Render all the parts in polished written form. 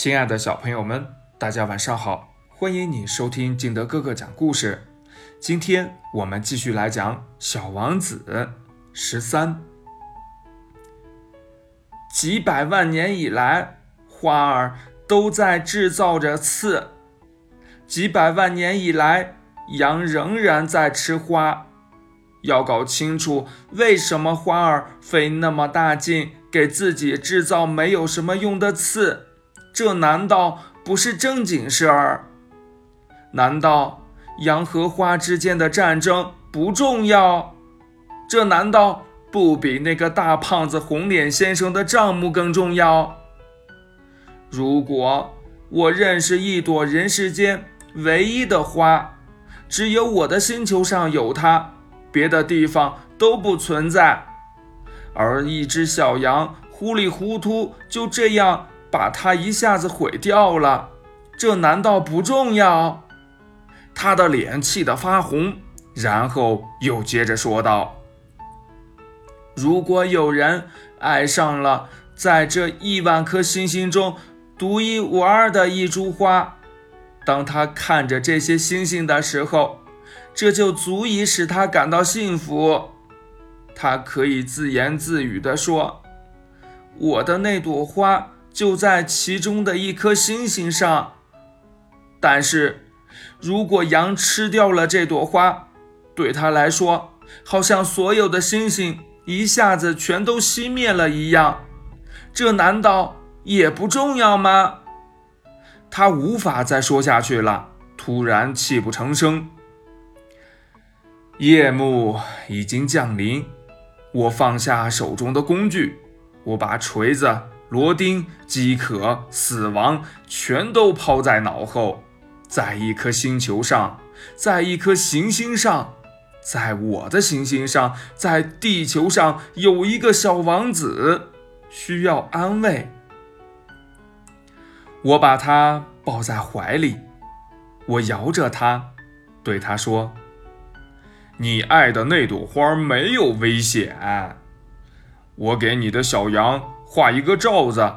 亲爱的小朋友们，大家晚上好，欢迎你收听金德哥哥讲故事。今天我们继续来讲《小王子》13。几百万年以来，花儿都在制造着刺。几百万年以来，羊仍然在吃花。要搞清楚为什么花儿费那么大劲给自己制造没有什么用的刺，这难道不是正经事儿？难道羊和花之间的战争不重要？这难道不比那个大胖子红脸先生的账目更重要？如果我认识一朵人世间唯一的花，只有我的星球上有它，别的地方都不存在，而一只小羊糊里糊涂就这样把它一下子毁掉了，这难道不重要？他的脸气得发红，然后又接着说道：如果有人爱上了在这10000颗星星中独一无二的一株花，当他看着这些星星的时候，这就足以使他感到幸福。他可以自言自语地说：我的那朵花就在其中的一颗星星上。但是如果羊吃掉了这朵花，对他来说好像所有的星星一下子全都熄灭了一样，这难道也不重要吗？他无法再说下去了，突然泣不成声。夜幕已经降临，我放下手中的工具，我把锤子、螺钉、饥渴、死亡全都抛在脑后。在一颗星球上，在一颗行星上，在我的行星上，在地球上，有一个小王子需要安慰。我把他抱在怀里，我摇着他，对他说：你爱的那朵花没有危险，我给你的小羊画一个罩子，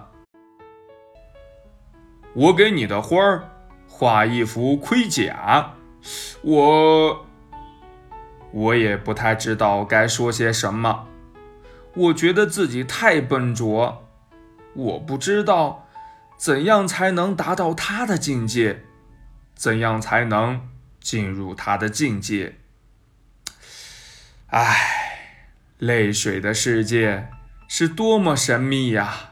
我给你的花画一副盔甲，我也不太知道该说些什么，我觉得自己太笨拙，我不知道怎样才能达到他的境界，怎样才能进入他的境界。唉，泪水的世界是多么神秘呀！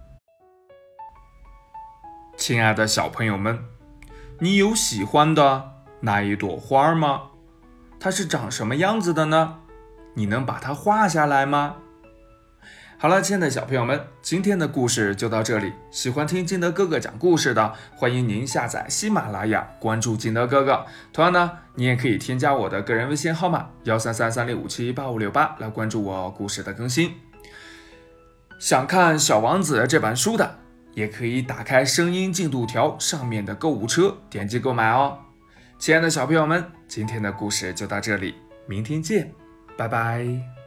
亲爱的小朋友们，你有喜欢的那一朵花吗？它是长什么样子的呢？你能把它画下来吗？好了，亲爱的小朋友们，今天的故事就到这里。喜欢听金德哥哥讲故事的，欢迎您下载喜马拉雅，关注金德哥哥。同样呢，你也可以添加我的个人微信号码13336578568来关注我故事的更新。想看《小王子》这本书的，也可以打开声音进度条上面的购物车，点击购买哦。亲爱的小朋友们，今天的故事就到这里，明天见，拜拜。